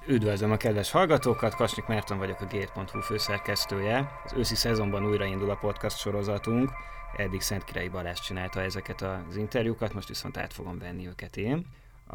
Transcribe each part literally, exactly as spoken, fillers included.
Üdvözlöm a kedves hallgatókat, Kasnyik Márton vagyok, a gét pont hu főszerkesztője. Az őszi szezonban újraindul a podcast sorozatunk, eddig Szentkirályi Balázs csinálta ezeket az interjúkat, most viszont át fogom venni őket én.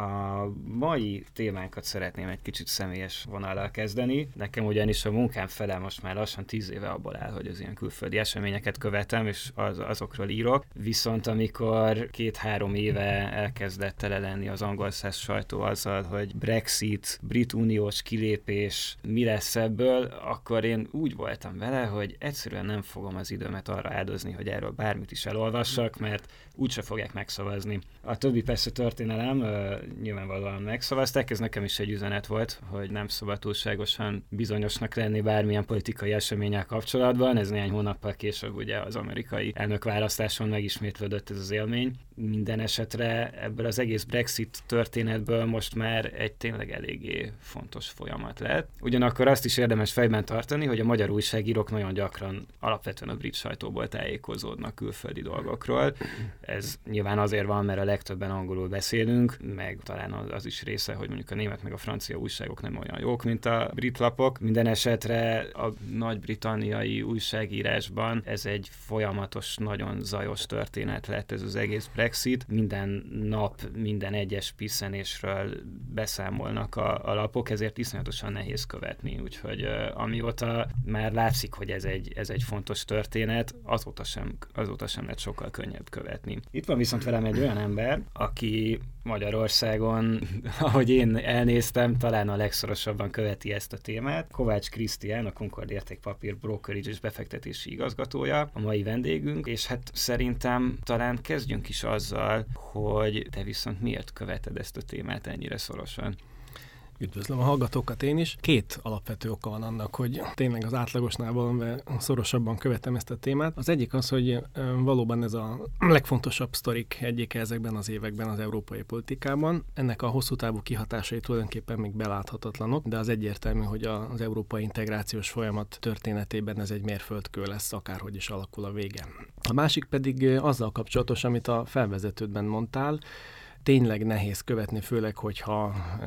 A mai témánkat szeretném egy kicsit személyes vonallal kezdeni. Nekem ugyanis a munkám fele most már lassan tíz éve abból áll, hogy az ilyen külföldi eseményeket követem, és az, azokról írok. Viszont amikor két-három éve elkezdett tele lenni az angol száz sajtó azzal, hogy Brexit, brit uniós kilépés, mi lesz ebből, akkor én úgy voltam vele, hogy egyszerűen nem fogom az időmet arra áldozni, hogy erről bármit is elolvassak, mert úgyse fogják megszavazni. A többi persze történelem, nyilvánvalóan megszavazták, ez nekem is egy üzenet volt, hogy nem szabad túlságosan bizonyosnak lenni bármilyen politikai eseménnyel kapcsolatban. Ez néhány hónappal később ugye az amerikai elnökválasztáson megismétlődött ez az élmény. Minden esetre ebből az egész Brexit történetből most már egy tényleg eléggé fontos folyamat lett. Ugyanakkor azt is érdemes fejben tartani, hogy a magyar újságírók nagyon gyakran alapvetően a brit sajtóból tájékozódnak külföldi dolgokról. Ez nyilván azért van, mert a legtöbben angolul beszélünk, meg talán az is része, hogy mondjuk a német meg a francia újságok nem olyan jók, mint a brit lapok. Minden esetre a nagy-britanniai újságírásban ez egy folyamatos, nagyon zajos történet lett ez az egész Brexit. Minden nap, minden egyes piszenésről beszámolnak a, a lapok, ezért iszonyatosan nehéz követni. Úgyhogy uh, amióta már látszik, hogy ez egy, ez egy fontos történet, azóta sem, azóta sem lett sokkal könnyebb követni. Itt van viszont velem egy olyan ember, aki Magyarországon, ahogy én elnéztem, talán a legszorosabban követi ezt a témát. Kovács Krisztián, a Concord Értékpapír Brokerage és befektetési igazgatója, a mai vendégünk, és hát szerintem talán kezdjünk is azzal, hogy te viszont miért követed ezt a témát ennyire szorosan? Üdvözlöm a hallgatókat én is. Két alapvető oka van annak, hogy tényleg az átlagosnál valamivel szorosabban követem ezt a témát. Az egyik az, hogy valóban ez a legfontosabb sztorik egyike ezekben az években az európai politikában. Ennek a hosszú távú kihatásai tulajdonképpen még beláthatatlanok, de az egyértelmű, hogy az európai integrációs folyamat történetében ez egy mérföldkő lesz, akárhogy is alakul a vége. A másik pedig azzal kapcsolatos, amit a felvezetődben mondtál, tényleg nehéz követni, főleg, hogyha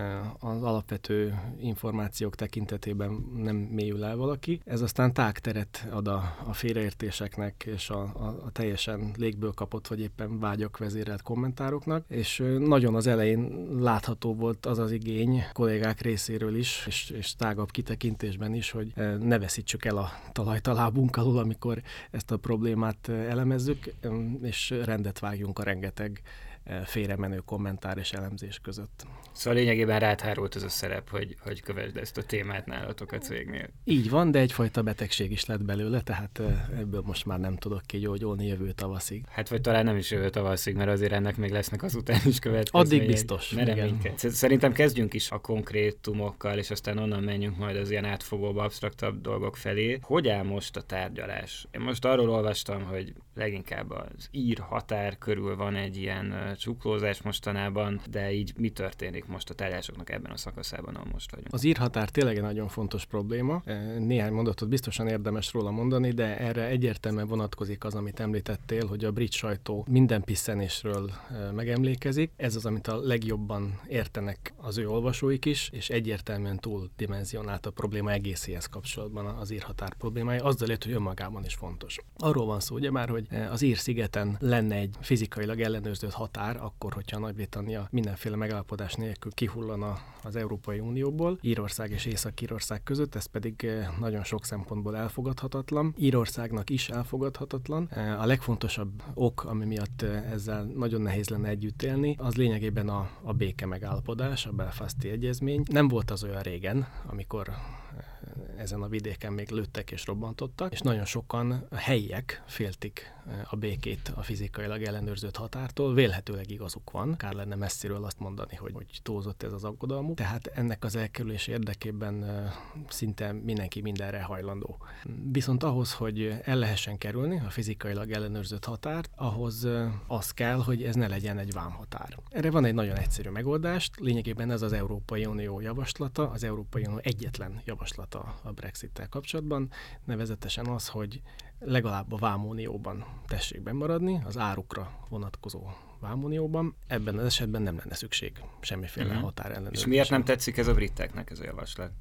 az alapvető információk tekintetében nem mélyül el valaki. Ez aztán tágteret ad a, a félreértéseknek és a, a, a teljesen légből kapott, vagy éppen vágyak vezérelt kommentároknak, és nagyon az elején látható volt az az igény kollégák részéről is, és, és tágabb kitekintésben is, hogy ne veszítsük el a talajt a lábunk alól, amikor ezt a problémát elemezzük, és rendet vágjunk a rengeteg félremenő kommentár és elemzés között. Szóval lényegében ráthárult ez a szerep, hogy, hogy kövesd ezt a témát nálatok a cégnél. Így van, de egyfajta betegség is lett belőle, tehát ebből most már nem tudok kigyógyulni jövő tavaszig. Hát vagy talán nem is jövő tavaszig, mert azért ennek még lesznek azután is következmények. Addig biztos. Szerintem kezdjünk is a konkrétumokkal, és aztán onnan menjünk majd az ilyen átfogóbb, absztraktabb dolgok felé. Hogy áll most a tárgyalás? Én most arról olvastam, hogy leginkább az ír határ körül van egy ilyen csuklózás mostanában, de így mi történik most a tárgyalásoknak ebben a szakaszában, ahol most vagyunk? Az ír határ tényleg egy nagyon fontos probléma. Néhány mondatot biztosan érdemes róla mondani, de erre egyértelműen vonatkozik az, amit említettél, hogy a brit sajtó minden pisszenésről megemlékezik. Ez az, amit a legjobban értenek az ő olvasóik is, és egyértelműen túldimenzionált a probléma egészéhez kapcsolatban az ír határ problémája, azzal ért, hogy önmagában is fontos. Arról van szó, ugye már, hogy az ír szigeten lenne egy fizikailag ellenőrzött határ, akkor, hogyha Nagy-Britannia mindenféle megállapodás nélkül kihullana az Európai Unióból, Írország és Észak-Írország között, ez pedig nagyon sok szempontból elfogadhatatlan. Írországnak is elfogadhatatlan. A legfontosabb ok, ami miatt ezzel nagyon nehéz lenne együtt élni, az lényegében a, a béke megállapodás, a Belfasti Egyezmény. Nem volt az olyan régen, amikor ezen a vidéken még lőttek és robbantottak, és nagyon sokan helyiek féltik a békét a fizikailag ellenőrzött határtól. Vélhetőleg igazuk van, kár lenne messziről azt mondani, hogy, hogy túlzott ez az aggodalmuk. Tehát ennek az elkerülés érdekében szinte mindenki mindenre hajlandó. Viszont ahhoz, hogy el lehessen kerülni a fizikailag ellenőrzött határt, ahhoz az kell, hogy ez ne legyen egy vámhatár. Erre van egy nagyon egyszerű megoldást, lényegében ez az Európai Unió javaslata, az Európai Unió egyetlen javaslata a Brexittel kapcsolatban, nevezetesen az, hogy legalább a vámunióban tessék bemaradni, az árukra vonatkozó vámunióban. Ebben az esetben nem lenne szükség semmiféle uh-huh. határellenőrzésre. És miért nem tetszik ez a briteknek, ez a javaslat?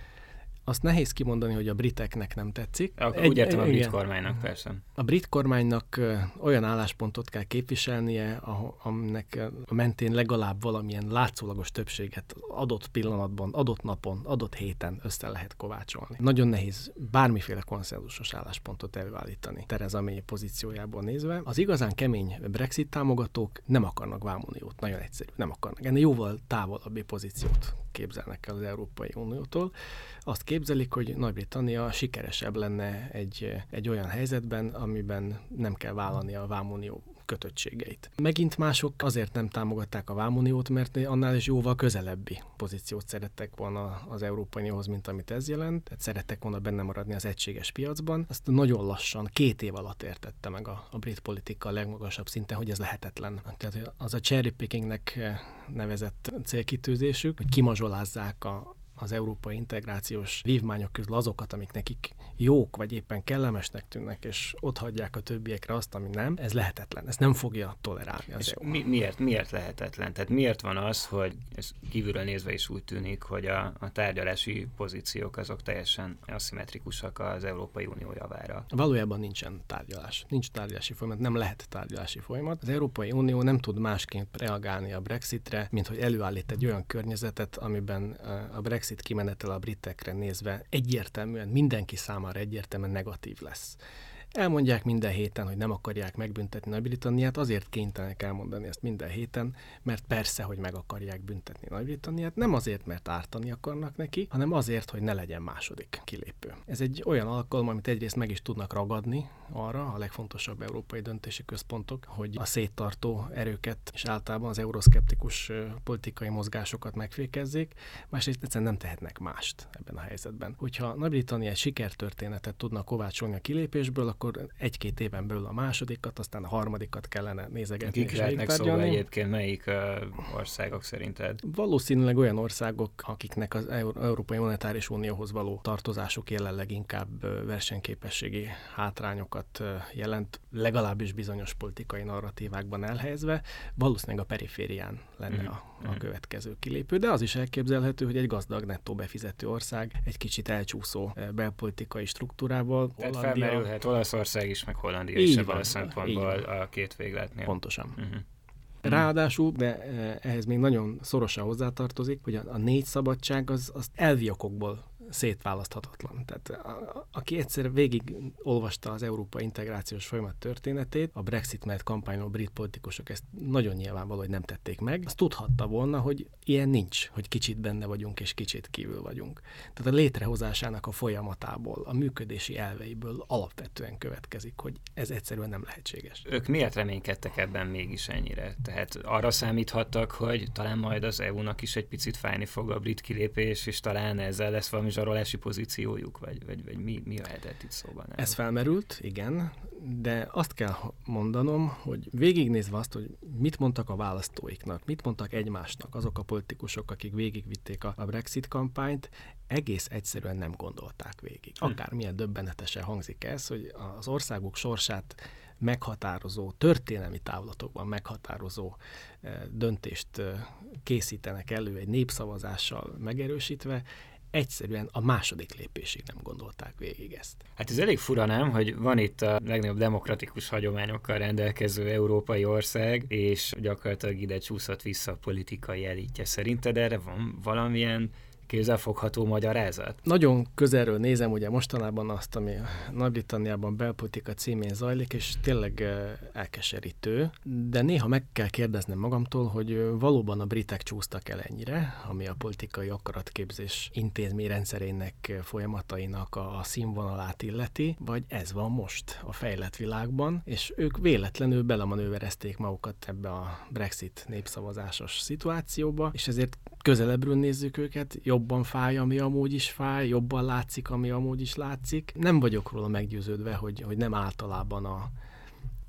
Azt nehéz kimondani, hogy a briteknek nem tetszik. Akkor úgy értem a brit igen, kormánynak persze. A brit kormánynak olyan álláspontot kell képviselnie, aminek a mentén legalább valamilyen látszólagos többséget adott pillanatban, adott napon, adott héten össze lehet kovácsolni. Nagyon nehéz bármiféle konszenzusos álláspontot előállítani Theresa May pozíciójából nézve. Az igazán kemény Brexit támogatók nem akarnak vámuniót, nagyon egyszerű, nem akarnak. Ennél jóval távolabbi pozíciót képzelnek el az Európai Uniótól. Azt képzelik, hogy Nagy-Britannia sikeresebb lenne egy, egy olyan helyzetben, amiben nem kell vállalni a vámunió kötöttségeit. Megint mások azért nem támogatták a vámuniót, mert annál is jóval közelebbi pozíciót szerettek volna az Európai Unióhoz, mint amit ez jelent. Tehát szerettek volna benne maradni az egységes piacban. Azt nagyon lassan, két év alatt értette meg a, a brit politika a legmagasabb szinten, hogy ez lehetetlen. Tehát az a cherry pickingnek nevezett célkitűzésük, hogy kimazsolázzák a az európai integrációs vívmányok közül azokat, amik nekik jók, vagy éppen kellemesnek tűnnek, és ott hagyják a többiekre azt, ami nem, ez lehetetlen. Ezt nem fogja tolerálni az és é u. Mi, miért, miért lehetetlen? Tehát miért van az, hogy ez kívülről nézve is úgy tűnik, hogy a, a tárgyalási pozíciók azok teljesen aszimmetrikusak az Európai Unió javára? Valójában nincsen tárgyalás. Nincs tárgyalási folyamat, nem lehet tárgyalási folyamat. Az Európai Unió nem tud másként reagálni a Brexitre, mint hogy előállít egy olyan környezetet, amiben a Brexit kimenetel a britekre nézve egyértelműen, mindenki számára egyértelműen negatív lesz. Elmondják minden héten, hogy nem akarják megbüntetni Nagy-Britanniát, azért kénytelenek elmondani ezt minden héten, mert persze, hogy meg akarják büntetni Nagy-Britanniát, nem azért, mert ártani akarnak neki, hanem azért, hogy ne legyen második kilépő. Ez egy olyan alkalom, amit egyrészt meg is tudnak ragadni arra, a legfontosabb európai döntési központok, hogy a széttartó erőket és általában az euroszkeptikus politikai mozgásokat megfékezzék, másrészt egyszerűen nem tehetnek mást ebben a helyzetben. Hogyha Nagy-Britannia egy sikertörténetet tudna kovácsolni a kilépésből, akkor egy-két éven belül a másodikat, aztán a harmadikat kellene nézegetni. Kik lehetnek szóval egyébként melyik uh, országok szerinted? Valószínűleg olyan országok, akiknek az Európai Monetáris Unióhoz való tartozásuk jelenleg inkább versenyképességi hátrányokat jelent, legalábbis bizonyos politikai narratívákban elhelyezve, valószínűleg a periférián lenne mm. a, a következő kilépő, de az is elképzelhető, hogy egy gazdag nettó befizető ország egy kicsit elcsúszó belpolitikai struktúrával. Tehát Hollandia... felmerülhet Olaszország is, meg Hollandia is ebből a szempontból a két végletnél. Pontosan. Uh-huh. Ráadásul, de ehhez még nagyon szorosan hozzátartozik, hogy a, a négy szabadság az, az elvi okokból szétválaszthatatlan. Tehát a, a, aki egyszer végig olvasta az európai integrációs folyamat történetét, a Brexit mellett kampányoló brit politikusok ezt nagyon nyilvánvaló, hogy nem tették meg, azt tudhatta volna, hogy ilyen nincs, hogy kicsit benne vagyunk és kicsit kívül vagyunk. Tehát a létrehozásának a folyamatából, a működési elveiből alapvetően következik, hogy ez egyszerűen nem lehetséges. Ők miért reménykedtek ebben mégis ennyire? Tehát arra számíthattak, hogy talán majd az é u-nak is egy picit fájni fog a brit kilépés, és talán ezzel lesz valami zsarolási pozíciójuk, vagy, vagy, vagy mi, mi lehetett itt szóban? Nem? Ez felmerült, igen, de azt kell mondanom, hogy végignézve azt, hogy mit mondtak a választóiknak, mit mondtak egymásnak azok a politikusok, akik végigvitték a, a Brexit kampányt, egész egyszerűen nem gondolták végig. Akármilyen döbbenetesen hangzik ez, hogy az országuk sorsát meghatározó, történelmi távlatokban meghatározó döntést készítenek elő egy népszavazással megerősítve, egyszerűen a második lépésig nem gondolták végig ezt. Hát ez elég fura, nem, hogy van itt a legnagyobb demokratikus hagyományokkal rendelkező európai ország, és gyakorlatilag ide csúszott vissza a politikai elitje. Szerinted erre van valamilyen kézzelfogható magyarázat? Nagyon közelről nézem ugye mostanában azt, ami Nagy-Britanniában belpolitika címén zajlik, és tényleg elkeserítő, de néha meg kell kérdeznem magamtól, hogy valóban a britek csúsztak el ennyire, ami a politikai akaratképzés intézményrendszerének folyamatainak a, a színvonalát illeti, vagy ez van most a fejlett világban, és ők véletlenül belemanőverezték magukat ebbe a Brexit népszavazásos szituációba, és ezért közelebbről nézzük őket, jobban fáj, ami amúgy is fáj, jobban látszik, ami amúgy is látszik. Nem vagyok róla meggyőződve, hogy, hogy nem általában a,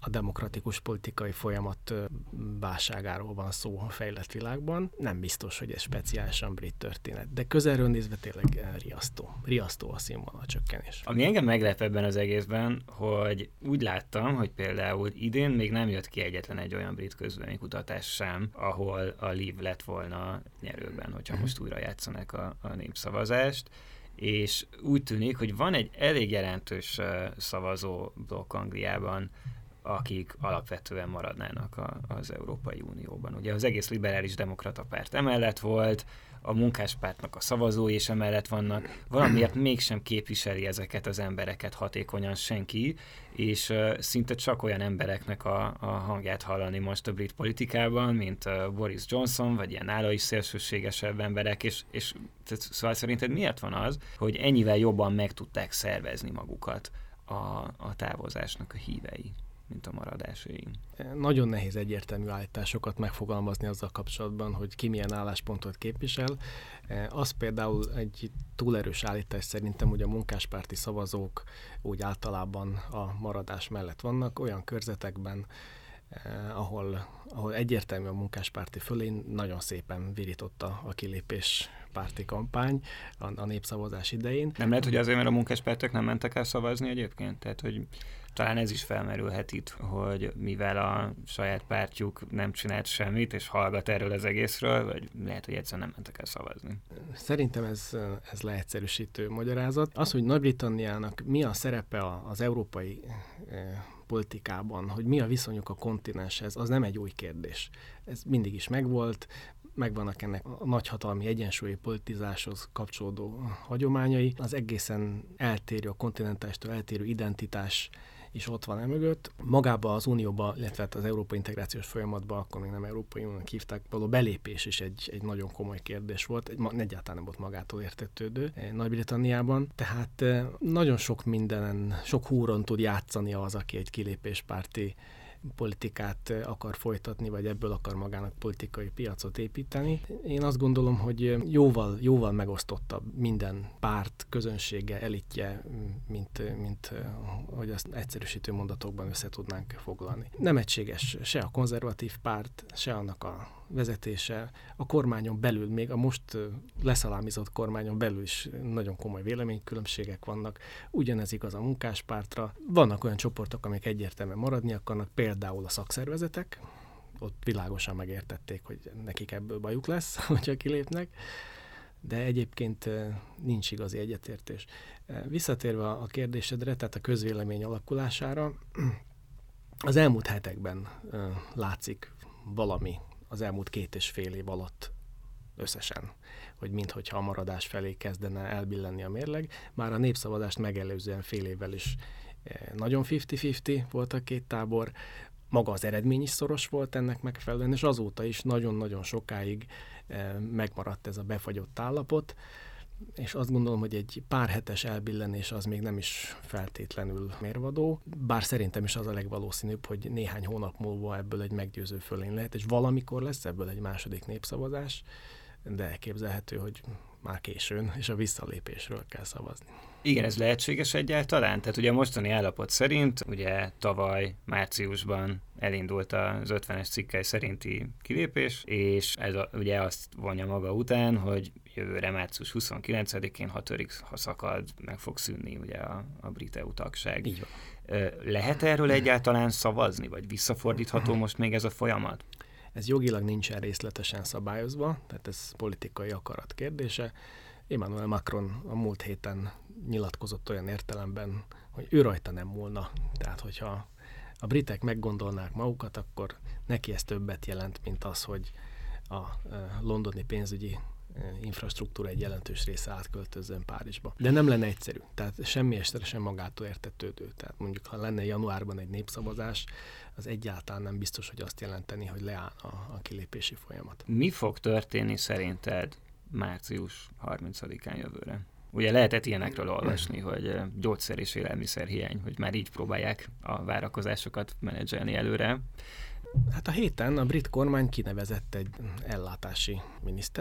a demokratikus politikai folyamat válságáról van szó a fejlett világban. Nem biztos, hogy ez speciálisan brit történet, de közelről nézve tényleg riasztó. Riasztó a színvonal csökkenés. Ami engem meglep ebben az egészben, hogy úgy láttam, hogy például idén még nem jött ki egyetlen egy olyan brit közvéleménykutatás sem, ahol a Leave lett volna nyerőben, hogyha most újra játszanak a, a népszavazást, és úgy tűnik, hogy van egy elég jelentős szavazó blokk Angliában, akik alapvetően maradnának a, az Európai Unióban. Ugye az egész liberális demokrata párt emellett volt, a munkáspártnak a szavazói is emellett vannak, valamiért mégsem képviseli ezeket az embereket hatékonyan senki, és uh, szinte csak olyan embereknek a, a hangját hallani most a brit politikában, mint uh, Boris Johnson, vagy ilyen nála is szélsőségesebb emberek, és, és szóval szerinted miért van az, hogy ennyivel jobban meg tudták szervezni magukat a, a távozásnak a hívei, mint a maradásai? Nagyon nehéz egyértelmű állításokat megfogalmazni azzal kapcsolatban, hogy ki milyen álláspontot képvisel. Az például egy túl erős állítás szerintem, hogy a munkáspárti szavazók úgy általában a maradás mellett vannak, olyan körzetekben, eh, ahol, ahol egyértelmű a munkáspárti fölén nagyon szépen virította a kilépés párti kampány a, a népszavazás idején. Nem lehet, hogy azért, mert a munkáspártok nem mentek el szavazni egyébként? Tehát, hogy talán ez is felmerülhet itt, hogy mivel a saját pártjuk nem csinált semmit, és hallgat erről az egészről, vagy lehet, hogy egyszerűen nem mentek el szavazni. Szerintem ez, ez leegyszerűsítő magyarázat. Az, hogy Nagy-Britanniának mi a szerepe az európai eh, politikában, hogy mi a viszonyuk a kontinenshez, az nem egy új kérdés. Ez mindig is megvolt, megvannak ennek a nagyhatalmi egyensúlyi politizáshoz kapcsolódó hagyományai. Az egészen eltérő, a kontinentástól eltérő identitás is ott van emögött. Magába az Unióba, illetve az európai integrációs folyamatban, akkor még nem Európai Uniónak hívták, való belépés is egy, egy nagyon komoly kérdés volt, egy, egyáltalán nem volt magától értetődő Nagy-Britanniában. Tehát nagyon sok mindenen, sok húron tud játszani az, aki egy kilépéspárti politikát akar folytatni, vagy ebből akar magának politikai piacot építeni. Én azt gondolom, hogy jóval, jóval megosztottabb minden párt, közönsége, elitje, mint, mint hogy azt egyszerűsítő mondatokban össze tudnánk foglalni. Nem egységes se a konzervatív párt, se annak a vezetése, a kormányon belül, még a most leszalámizott kormányon belül is nagyon komoly véleménykülönbségek vannak. Ugyanez igaz a munkáspártra. Vannak olyan csoportok, amik egyértelműen maradni akarnak, például a szakszervezetek. Ott világosan megértették, hogy nekik ebből bajuk lesz, hogyha kilépnek. De egyébként nincs igazi egyetértés. Visszatérve a kérdésedre, tehát a közvélemény alakulására, az elmúlt hetekben látszik valami az elmúlt két és fél év alatt összesen, hogy minthogyha a maradás felé kezdene elbillenni a mérleg. Már a népszavazást megelőzően fél évvel is nagyon fifty-fifty volt a két tábor, maga az eredmény is szoros volt ennek megfelelően, és azóta is nagyon-nagyon sokáig megmaradt ez a befagyott állapot, és azt gondolom, hogy egy pár hetes elbillenés az még nem is feltétlenül mérvadó, bár szerintem is az a legvalószínűbb, hogy néhány hónap múlva ebből egy meggyőző fölény lehet, és valamikor lesz ebből egy második népszavazás, de elképzelhető, hogy már későn, és a visszalépésről kell szavazni. Igen, ez lehetséges egyáltalán? Tehát ugye a mostani állapot szerint, ugye tavaly márciusban elindult az ötvenes cikkely szerinti kilépés, és ez a, ugye azt vonja maga után, hogy jövőre március huszonkilencedikén, ha törik, ha szakad, meg fog szűnni ugye a, a brit é u tagság. Így van. Lehet erről egyáltalán szavazni, vagy visszafordítható most még ez a folyamat? Ez jogilag nincsen részletesen szabályozva, tehát ez politikai akarat kérdése. Emmanuel Macron a múlt héten nyilatkozott olyan értelemben, hogy ő rajta nem múlna. Tehát, hogyha a britek meggondolnák magukat, akkor neki ez többet jelent, mint az, hogy a londoni pénzügyi infrastruktúra egy jelentős része átköltözzön Párizsba. De nem lenne egyszerű, tehát semmi estre sem magától értetődő. Tehát mondjuk, ha lenne januárban egy népszavazás, az egyáltalán nem biztos, hogy azt jelenteni, hogy leáll a, a kilépési folyamat. Mi fog történni szerinted március harmincadikán jövőre? Ugye lehetett ilyenekről olvasni, hogy gyógyszer és élelmiszer hiány, hogy már így próbálják a várakozásokat menedzselni előre. Hát a héten a brit kormány kinevezett egy ellátási minisztert,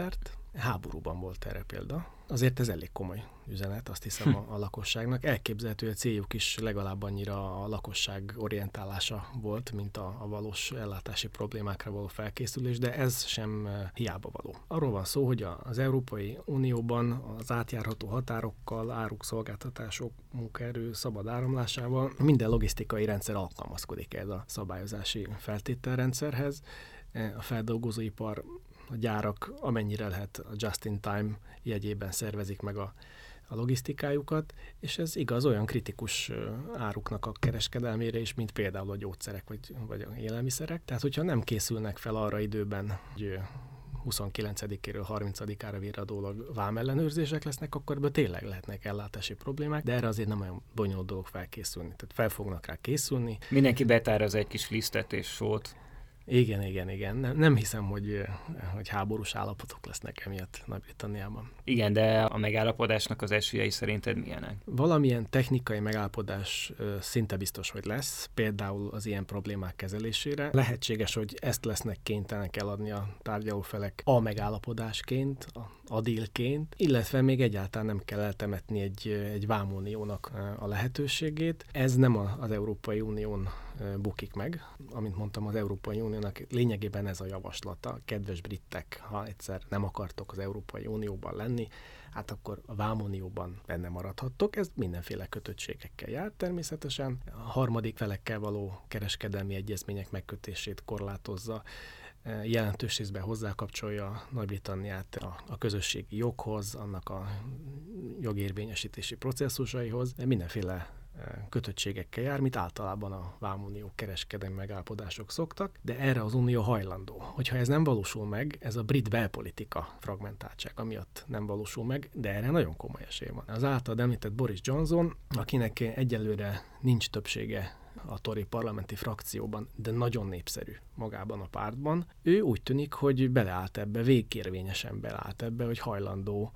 háborúban volt erre példa. Azért ez elég komoly üzenet, azt hiszem a, a lakosságnak. Elképzelhető, hogy a céljuk is legalább annyira a lakosság orientálása volt, mint a, a valós ellátási problémákra való felkészülés, de ez sem hiába való. Arról van szó, hogy az Európai Unióban az átjárható határokkal, áruk, szolgáltatások, munkaerő szabad áramlásával minden logisztikai rendszer alkalmazkodik ez a szabályozási feltételrendszerhez. A feldolgozóipar, a gyárak amennyire lehet a just-in-time jegyében szervezik meg a, a logisztikájukat, és ez igaz olyan kritikus áruknak a kereskedelmére is, mint például a gyógyszerek vagy, vagy a élelmiszerek. Tehát, hogyha nem készülnek fel arra időben, hogy huszonkilencedikéről harmincadikára virradólag vámellenőrzések lesznek, akkor ebből tényleg lehetnek ellátási problémák, de erre azért nem olyan bonyolult dolog felkészülni. Tehát fel fognak rá készülni. Mindenki betáraz egy kis lisztet és sót. Igen, igen, igen. Nem, nem hiszem, hogy, hogy háborús állapotok lesznek emiatt Nagy-Britanniában. Igen, de a megállapodásnak az esélyei szerinted milyenek? Valamilyen technikai megállapodás szinte biztos, hogy lesz, például az ilyen problémák kezelésére. Lehetséges, hogy ezt lesznek kénytelenek eladni a tárgyalófelek a megállapodásként, a, a dealként, illetve még egyáltalán nem kell eltemetni egy, egy vámuniónak a lehetőségét. Ez nem az Európai Unión bukik meg. Amint mondtam, az Európai Uniónak lényegében ez a javaslata. Kedves britek, ha egyszer nem akartok az Európai Unióban lenni, hát akkor a vámunióban benne maradhattok. Ez mindenféle kötöttségekkel jár természetesen. A harmadik felekkel való kereskedelmi egyezmények megkötését korlátozza, jelentős részben hozzákapcsolja Nagy-Britanniát a, a közösségi joghoz, annak a jogérvényesítési processzusaihoz, mindenféle kötöttségekkel jár, mint általában a vámunió kereskedelmi megállapodások szoktak, de erre az unió hajlandó. Hogyha ez nem valósul meg, ez a brit belpolitika fragmentáltsága miatt nem valósul meg, de erre nagyon komoly esély van. Az általad említett Boris Johnson, akinek egyelőre nincs többsége a Tory parlamenti frakcióban, de nagyon népszerű magában a pártban, ő úgy tűnik, hogy beleállt ebbe, végkérvényesen beleállt ebbe, hogy hajlandó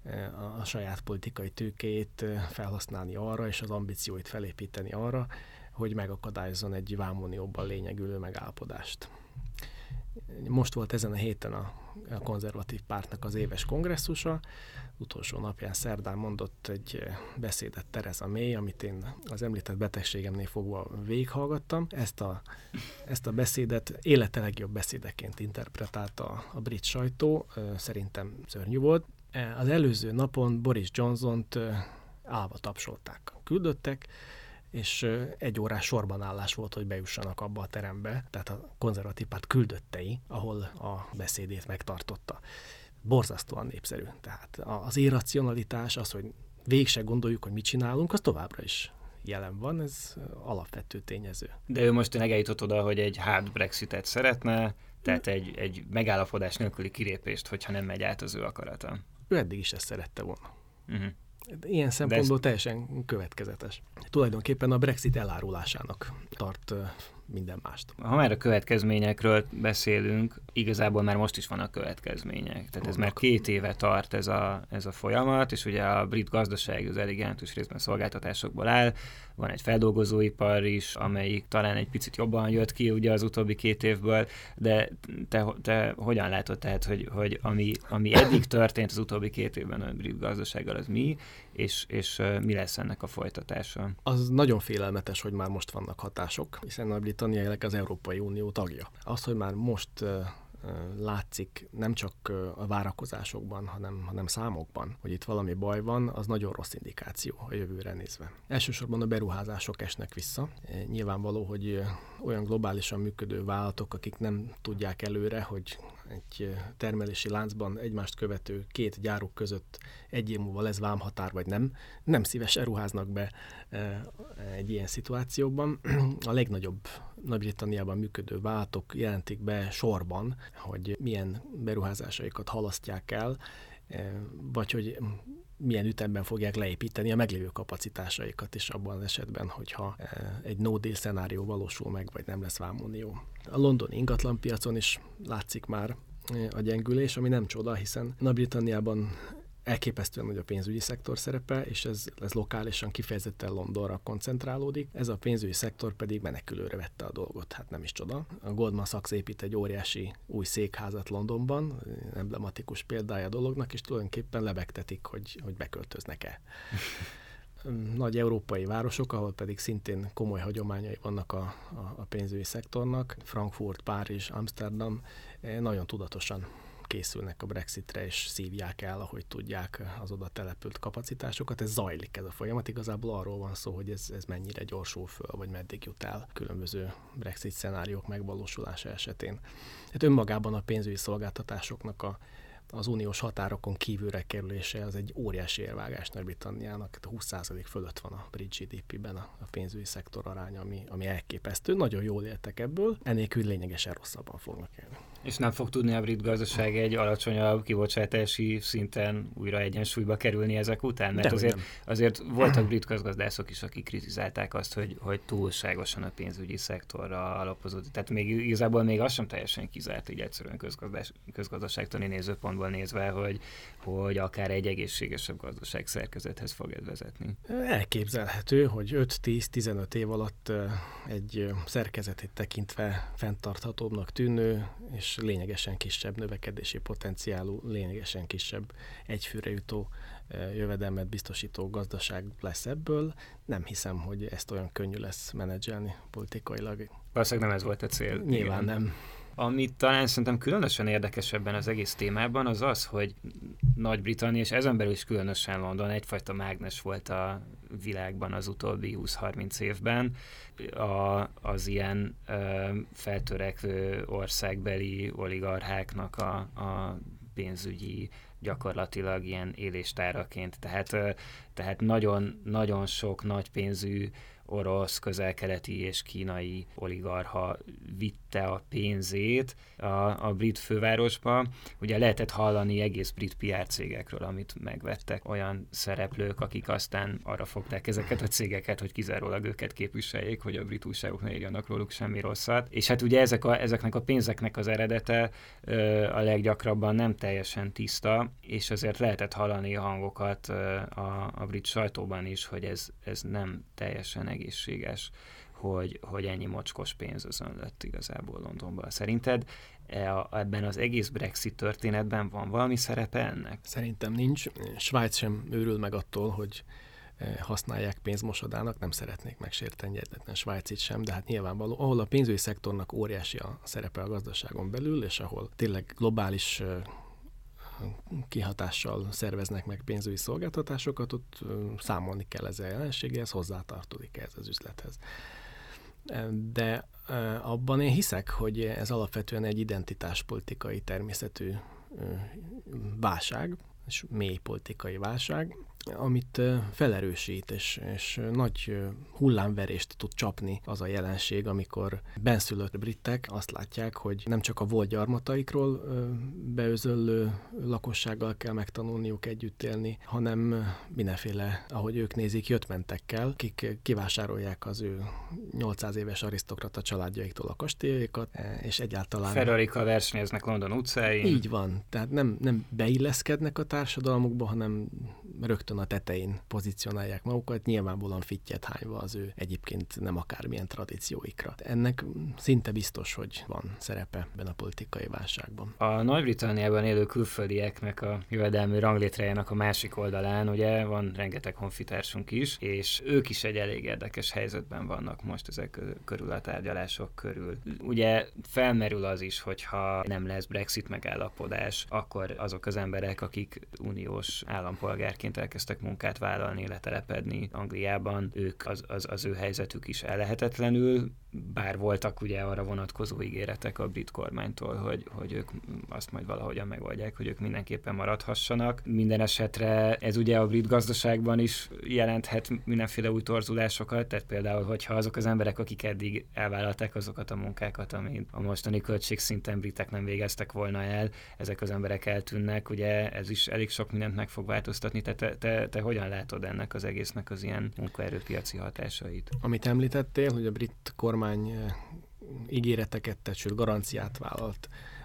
a saját politikai tőkéjét felhasználni arra, és az ambícióit felépíteni arra, hogy megakadályozzon egy vámunióban lényegülő megállapodást. Most volt ezen a héten a, a konzervatív pártnak az éves kongresszusa, utolsó napján szerdán mondott egy beszédet Theresa May, amit én az említett betegségemnél fogva végighallgattam. Ezt a, ezt a beszédet élete legjobb beszédeként interpretálta a brit sajtó, szerintem szörnyű volt. Az előző napon Boris Johnsont állva tapsolták, küldöttek, és egy órás sorbanállás volt, hogy bejussanak abba a terembe, tehát a konzervatív párt küldöttei, ahol a beszédét megtartotta. Borzasztóan népszerű. Tehát az irracionalitás, az, hogy végig se gondoljuk, hogy mit csinálunk, az továbbra is jelen van, ez alapvető tényező. De ő most tényleg eljutott oda, hogy egy hard Brexitet szeretne, tehát egy, egy megállapodás nélküli kilépést, hogyha nem megy át az ő akarata. Ő eddig is ezt szerette volna. Uh-huh. Ilyen szempontból ez... teljesen következetes. Tulajdonképpen a Brexit elárulásának tart minden mást. Ha már a következményekről beszélünk, igazából már most is vannak következmények. Tehát vannak. Ez már két éve tart ez a, ez a folyamat, és ugye a brit gazdaság az elég jelentős részben szolgáltatásokból áll. Van egy feldolgozóipar is, amelyik talán egy picit jobban jött ki ugye az utóbbi két évből, de te, te hogyan látod tehát, hogy, hogy ami, ami eddig történt az utóbbi két évben a brit gazdasággal, az mi, és, és mi lesz ennek a folytatása? Az nagyon félelmetes, hogy már most vannak hatások, hiszen Nagy-Britannia az Európai Unió tagja. Az, hogy már most látszik nem csak a várakozásokban, hanem, hanem számokban, hogy itt valami baj van, az nagyon rossz indikáció a jövőre nézve. Elsősorban a beruházások esnek vissza. Nyilvánvaló, hogy olyan globálisan működő vállalatok, akik nem tudják előre, hogy egy termelési láncban egymást követő két gyáruk között egy év múlva lesz vámhatár, vagy nem, nem szívesen ruháznak be egy ilyen szituációban. A legnagyobb Nagy-Britanniában működő vállalatok jelentik be sorban, hogy milyen beruházásaikat halasztják el, vagy hogy milyen ütemben fogják leépíteni a meglévő kapacitásaikat is abban az esetben, hogyha egy no deal szenárió valósul meg, vagy nem lesz vámunió. A londoni ingatlanpiacon is látszik már a gyengülés, ami nem csoda, hiszen Nagy-Britanniában elképesztően nagy a pénzügyi szektor szerepe, és ez, ez lokálisan kifejezetten Londonra koncentrálódik. Ez a pénzügyi szektor pedig menekülőre vette a dolgot, hát nem is csoda. A Goldman Sachs épít egy óriási új székházat Londonban, emblematikus példája a dolognak, és tulajdonképpen lebegtetik, hogy, hogy beköltöznek-e. Nagy európai városok, ahol pedig szintén komoly hagyományai vannak a, a, a pénzügyi szektornak, Frankfurt, Párizs, Amsterdam, nagyon tudatosan készülnek a Brexitre, és szívják el, ahogy tudják, az oda települt kapacitásokat. Ez zajlik ez a folyamat. Igazából arról van szó, hogy ez, ez mennyire gyorsul föl, vagy meddig jut el különböző Brexit szenáriók megvalósulása esetén. Hát önmagában a pénzügyi szolgáltatásoknak a az uniós határokon kívülre kerülése az egy óriási érvágás Nagy-Britanniának. húsz százalék fölött van a brit gé dé pében a, a pénzügyi szektor aránya, ami, ami elképesztő. Nagyon jól éltek ebből, ennélkül lényegesen rosszabban fognak élni. És nem fog tudni a brit gazdaság egy alacsonyabb kibocsátási szinten újra egyensúlyba kerülni ezek után? Mert azért, azért voltak brit közgazdászok is, akik kritizálták azt, hogy, hogy túlságosan a pénzügyi szektorra alapozott. Tehát még igazából még az sem teljesen kizárt így egyszerűen közgazdás, közgazdaságtani nézőpontból nézve, hogy, hogy akár egy egészségesebb gazdaság szerkezethez fog ez vezetni. Elképzelhető, hogy öt-tíz-tizenöt év alatt egy szerkezetét tekintve fenntarthatóbbnak tűnő és lényegesen kisebb növekedési potenciálú, lényegesen kisebb egyfőre jutó jövedelmet biztosító gazdaság lesz ebből. Nem hiszem, hogy ezt olyan könnyű lesz menedzselni politikailag. Valószínűleg nem ez volt a cél. Nyilván igen. Nem. Amit talán szerintem különösen érdekes ebben az egész témában, az az, hogy Nagy-Britannia, és ezen belül is különösen London egyfajta mágnes volt a világban az utóbbi húsz-harminc évben. A, az ilyen ö, feltörekvő országbeli oligarcháknak a, a pénzügyi gyakorlatilag ilyen éléstáraként. Tehát, ö, tehát nagyon, nagyon sok nagy pénzű orosz, közel-keleti és kínai oligarcha vitte a pénzét a, a brit fővárosba. Ugye lehetett hallani egész brit pé er cégekről, amit megvettek olyan szereplők, akik aztán arra fogták ezeket a cégeket, hogy kizárólag őket képviseljék, hogy a brit újságok ne írjanak róluk semmi rosszat. És hát ugye ezek a, ezeknek a pénzeknek az eredete ö, a leggyakrabban nem teljesen tiszta, és azért lehetett hallani a hangokat ö, a, a brit sajtóban is, hogy ez, ez nem teljesen egészséges, hogy, hogy ennyi mocskos pénz özönlött igazából Londonban. Szerinted ebben az egész Brexit történetben van valami szerepe ennek? Szerintem nincs. Svájc sem őrül meg attól, hogy használják pénzmosadának, nem szeretnék megsérteni egyetlen Svájcit sem, de hát nyilvánvaló, ahol a pénzügyi szektornak óriási a szerepe a gazdaságon belül, és ahol tényleg globális kihatással szerveznek meg pénzügyi szolgáltatásokat, ott számolni kell ezzel a jelenséggel, ez hozzátartozik ez az üzlethez. De abban én hiszek, hogy ez alapvetően egy identitáspolitikai természetű válság, és mély politikai válság, amit felerősít, és, és nagy hullámverést tud csapni az a jelenség, amikor benszülött britek azt látják, hogy nem csak a volt gyarmataikról beözöllő lakossággal kell megtanulniuk együtt élni, hanem mindenféle, ahogy ők nézik, jött-mentekkel, akik kivásárolják az ő nyolcszáz éves arisztokrata családjaiktól a kastélyaikat, és egyáltalán... Ferrarikkal versenyeznek London utcáin. Így van, tehát nem, nem beilleszkednek a társadalmukba, hanem rögtön a tetején pozícionálják magukat, nyilvánvalóan fittyet hányva az ő egyébként nem akármilyen tradícióikra. Ennek szinte biztos, hogy van szerepe ebben a politikai válságban. A Nagy-Britanniában élő külföldieknek a jövedelmi ranglétrájának a másik oldalán ugye van rengeteg honfitársunk is, és ők is egy elég érdekes helyzetben vannak most ezek körül a tárgyalások körül. Ugye felmerül az is, hogyha nem lesz Brexit megállapodás, akkor azok az emberek, akik uniós állampolgárként elkezdtek munkát vállalni, letelepedni Angliában, ők az, az, az ő helyzetük is ellehetetlenül, bár voltak ugye arra vonatkozó ígéretek a brit kormánytól, hogy, hogy ők azt majd valahogyan megoldják, hogy ők mindenképpen maradhassanak. Minden esetre ez ugye a brit gazdaságban is jelenthet mindenféle új torzulásokat, tehát például, hogyha azok az emberek, akik eddig elvállalták azokat a munkákat, amit a mostani költségszinten britek nem végeztek volna el, ezek az emberek eltűnnek, ugye ez is elég sok mindent meg fog változtatni, tehát te, te, te hogyan látod ennek az egésznek az ilyen munkaerőpiaci hatásait? Amit említettél, hogy a brit kormány ígéreteket tett, sőt garanciát vállalt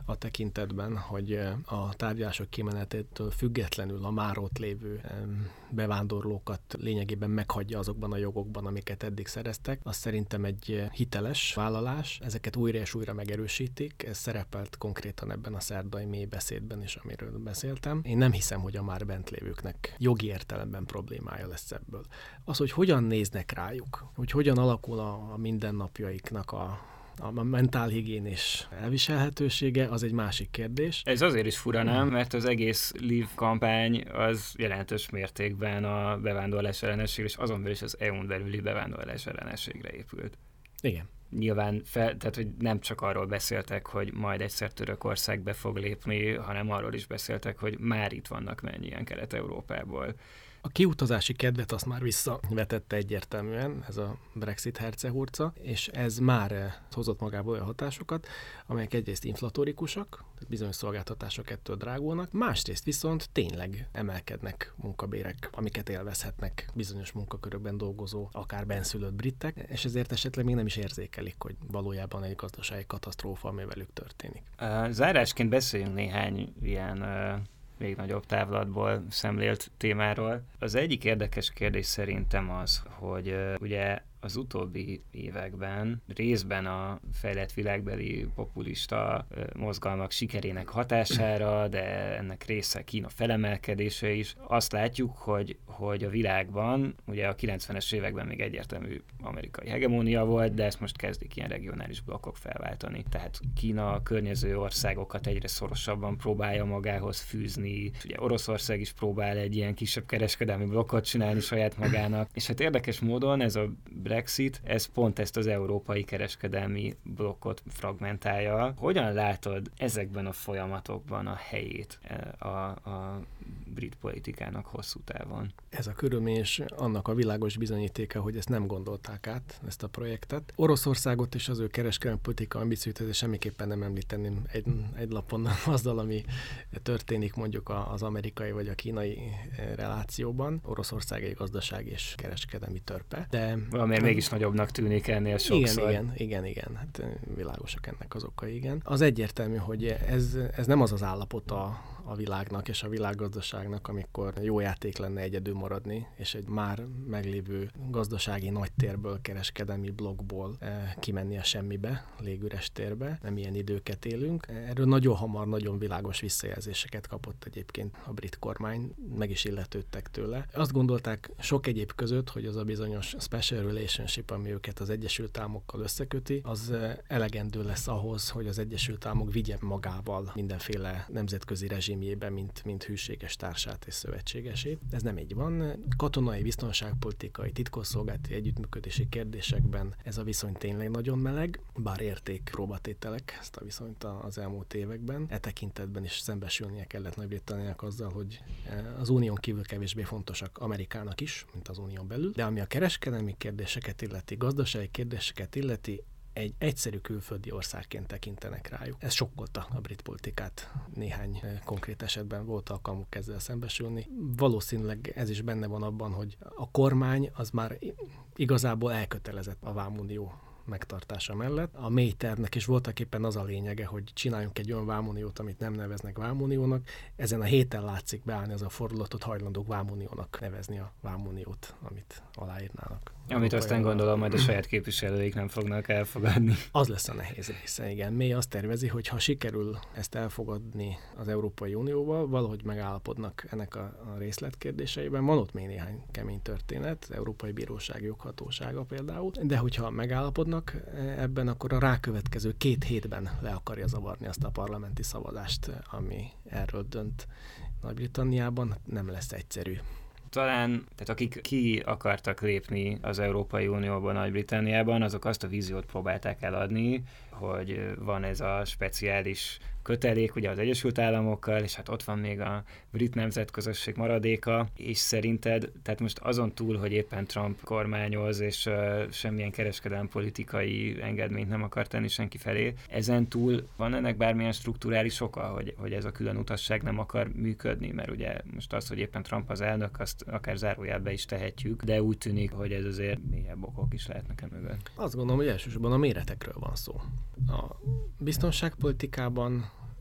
a tekintetben, hogy a tárgyalások kimenetétől függetlenül a már ott lévő bevándorlókat lényegében meghagyja azokban a jogokban, amiket eddig szereztek. Az szerintem egy hiteles vállalás. Ezeket újra és újra megerősítik. Ez szerepelt konkrétan ebben a szerdai mély beszédben is, amiről beszéltem. Én nem hiszem, hogy a már bent lévőknek jogi értelemben problémája lesz ebből. Az, hogy hogyan néznek rájuk, hogy hogyan alakul a, a mindennapjaiknak a A mentálhigiénés elviselhetősége, az egy másik kérdés. Ez azért is fura, nem? Mert az egész Leave kampány az jelentős mértékben a bevándorlás ellenességre, és azon belül is az é u-n belüli bevándorlás ellenességre épült. Igen. Nyilván, fel, tehát hogy nem csak arról beszéltek, hogy majd egyszer Törökország be fog lépni, hanem arról is beszéltek, hogy már itt vannak mennyien Kelet-Európából. A kiutazási kedvet azt már visszavetette egyértelműen, ez a Brexit hercehurca, és ez már hozott magából olyan hatásokat, amelyek egyrészt inflatorikusak, tehát bizonyos szolgáltatások ettől drágulnak, másrészt viszont tényleg emelkednek munkabérek, amiket élvezhetnek bizonyos munkakörökben dolgozó, akár benszülött britek, és ezért esetleg még nem is érzékelik, hogy valójában egy gazdasági katasztrófa, ami velük történik. Zárásként beszéljünk néhány ilyen még nagyobb távlatból szemlélt témáról. Az egyik érdekes kérdés szerintem az, hogy uh, ugye az utóbbi években részben a fejlett világbeli populista uh, mozgalmak sikerének hatására, de ennek része Kína felemelkedése is. Azt látjuk, hogy, hogy a világban, ugye a kilencvenes években még egyértelmű amerikai hegemónia volt, de ezt most kezdik ilyen regionális blokkok felváltani. Tehát Kína a környező országokat egyre szorosabban próbálja magához fűzni. Ugye Oroszország is próbál egy ilyen kisebb kereskedelmi blokkot csinálni saját magának. És hát érdekes módon ez a Brexit, ez pont ezt az európai kereskedelmi blokkot fragmentálja. Hogyan látod ezekben a folyamatokban a helyét a, a brit politikának hosszú távon? Ez a körülmény és annak a világos bizonyítéka, hogy ezt nem gondolták át, ezt a projektet. Oroszországot és az ő kereskedelmi politika ambícióit semmiképpen nem említeném egy, egy lapon azzal, ami történik mondjuk az amerikai vagy a kínai relációban. Oroszország egy gazdasági és kereskedelmi törpe. De valamiért mégis nagyobbnak tűnik ennél sokszor. Igen, igen, igen, igen. Hát világosak ennek az okai, igen. Az egyértelmű, hogy ez, ez nem az az állapot a, a világnak és a világgazdaságnak, amikor jó játék lenne egyedül maradni, és egy már meglévő gazdasági nagytérből, kereskedelmi blokkból eh, kimenni a semmibe, légüres térbe. Nem ilyen időket élünk. Erről nagyon hamar, nagyon világos visszajelzéseket kapott egyébként a brit kormány, meg is illetődtek tőle. Azt gondolták sok egyéb között, hogy az a bizonyos special relationship, ami őket az Egyesült Államokkal összeköti, az elegendő lesz ahhoz, hogy az Egyesült Államok vigye magával mindenféle nemzetközi rezsimjébe, mint, mint hűséges társát és szövetségesét. Ez nem így van. Katonai, biztonságpolitikai, titkosszolgálati együttműködési kérdésekben ez a viszony tényleg nagyon meleg, bár érték próbatételek ezt a viszonyt az elmúlt években. E tekintetben is szembesülnie kellett Nagy-Britanniának azzal, hogy az unión kívül kevésbé fontosak Amerikának is, mint az unión belül, de ami a kereskedelmi kérdéseket illeti, gazdasági kérdéseket illeti, egy egyszerű külföldi országként tekintenek rájuk. Ez sokkolta a brit politikát. Néhány konkrét esetben volt alkalmuk ezzel szembesülni. Valószínűleg ez is benne van abban, hogy a kormány az már igazából elkötelezett a vámunió megtartása mellett. A mély tervnek is voltak éppen az a lényege, hogy csináljunk egy olyan vámuniót, amit nem neveznek vámuniónak. Ezen a héten látszik beállni az a fordulatot, hajlandók vámuniónak nevezni a vámuniót, amit aláírnának. Amit aztán gondolom, majd a saját képviselőik nem fognak elfogadni. Az lesz a nehéz része, igen. Mély azt tervezi, hogy ha sikerül ezt elfogadni az Európai Unióval, valahogy megállapodnak ennek a, a részletkérdéseiben. Van ott még néhány kemény történet, az Európai Bíróság joghatósága például, de hogyha megállapodnak ebben, akkor a rákövetkező két hétben le akarja zavarni azt a parlamenti szavazást, ami erről dönt Nagy-Britanniában. Nem lesz egyszerű. Talán, tehát akik ki akartak lépni az Európai Unióban, Nagy-Britanniában, azok azt a víziót próbálták eladni, hogy van ez a speciális kötelék ugye az Egyesült Államokkal, és hát ott van még a brit nemzetközösség maradéka, és szerinted, tehát most azon túl, hogy éppen Trump kormányoz, és uh, semmilyen kereskedelmi politikai engedményt nem akar tenni senki felé, ezen túl van ennek bármilyen strukturális oka, hogy, hogy ez a külön utasság nem akar működni, mert ugye most az, hogy éppen Trump az elnök, azt akár zárójelbe is tehetjük, de úgy tűnik, hogy ez azért mélyebb okok is lehetnek e mögött. Azt gondolom, hogy elsősorban a méretekről van szó. A biztonságpolitikában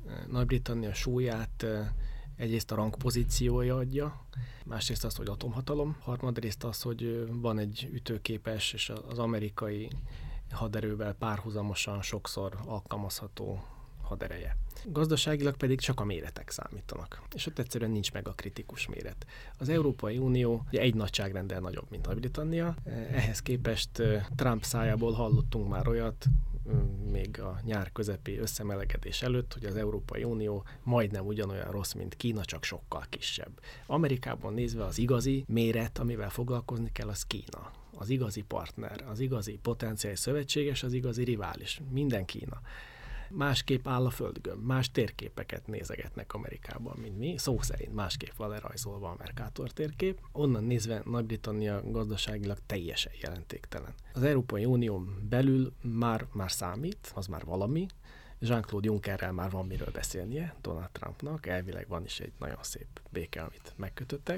Nagy-Britannia súlyát egyrészt a rangpozíciója adja, másrészt az, hogy atomhatalom, harmadrészt az, hogy van egy ütőképes és az amerikai haderővel párhuzamosan sokszor alkalmazható hadereje. Gazdaságilag pedig csak a méretek számítanak, és ott egyszerűen nincs meg a kritikus méret. Az Európai Unió ugye egy nagyságrenddel nagyobb, mint Nagy-Britannia, ehhez képest Trump szájából hallottunk már olyat, még a nyár közepi összemelegedés előtt, hogy az Európai Unió majdnem ugyanolyan rossz, mint Kína, csak sokkal kisebb. Amerikában nézve az igazi méret, amivel foglalkozni kell, az Kína. Az igazi partner, az igazi potenciális szövetséges, az igazi rivális. Minden Kína. Másképp áll a földgömb, más térképeket nézegetnek Amerikában, mint mi. Szó szerint másképp van lerajzolva a Mercator térkép. Onnan nézve Nagy-Britannia gazdaságilag teljesen jelentéktelen. Az Európai Unión belül már, már számít, az már valami. Jean-Claude Junckerrel már van miről beszélnie, Donald Trumpnak. Elvileg van is egy nagyon szép béke, amit megkötöttek.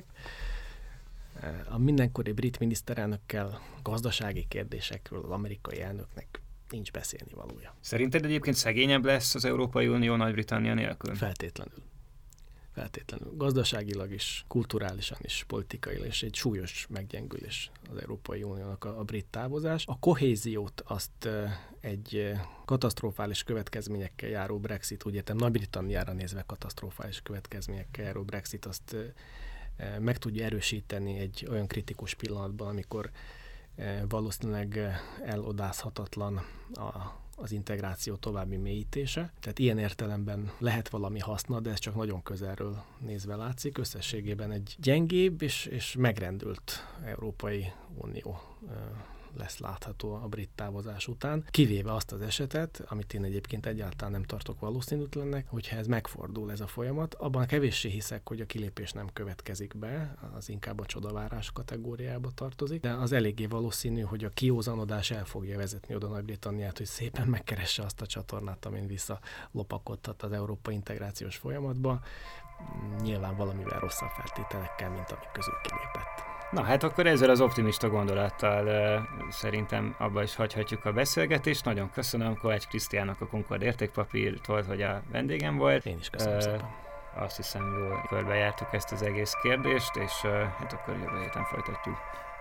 A mindenkori brit miniszterelnökkel gazdasági kérdésekről az amerikai elnöknek nincs beszélni valója. Szerinted egyébként szegényebb lesz az Európai Unió Nagy-Britannia nélkül? Feltétlenül. Feltétlenül. Gazdaságilag is, kulturálisan is, politikailag is egy súlyos meggyengülés az Európai Uniónak a, a brit távozás. A kohéziót azt egy katasztrofális következményekkel járó Brexit, úgy értem Nagy-Britanniára nézve katasztrofális következményekkel járó Brexit azt meg tudja erősíteni egy olyan kritikus pillanatban, amikor valószínűleg elodázhatatlan a, az integráció további mélyítése. Tehát ilyen értelemben lehet valami haszna, de ez csak nagyon közelről nézve látszik. Összességében egy gyengébb és, és megrendült Európai Unió lesz látható a brit távozás után, kivéve azt az esetet, amit én egyébként egyáltalán nem tartok valószínűtlennek, hogyha ez megfordul ez a folyamat, abban kevéssé hiszek, hogy a kilépés nem következik be, az inkább a csodavárás kategóriába tartozik, de az eléggé valószínű, hogy a kiózanodás el fogja vezetni oda Nagy-Britanniát, hogy szépen megkeresse azt a csatornát, amin visszalopakodhat az európai integrációs folyamatba, nyilván valamivel rosszabb feltételekkel, mint amik közül kilépett. Na hát akkor ezzel az optimista gondolattal uh, szerintem abba is hagyhatjuk a beszélgetést. Nagyon köszönöm Kovács Krisztiánnak, a Concord értékpapírtól, hogy a vendégem volt. Én is köszönöm uh, szépen. Azt hiszem, jól körbejártuk ezt az egész kérdést, és uh, hát akkor jövő héten folytatjuk.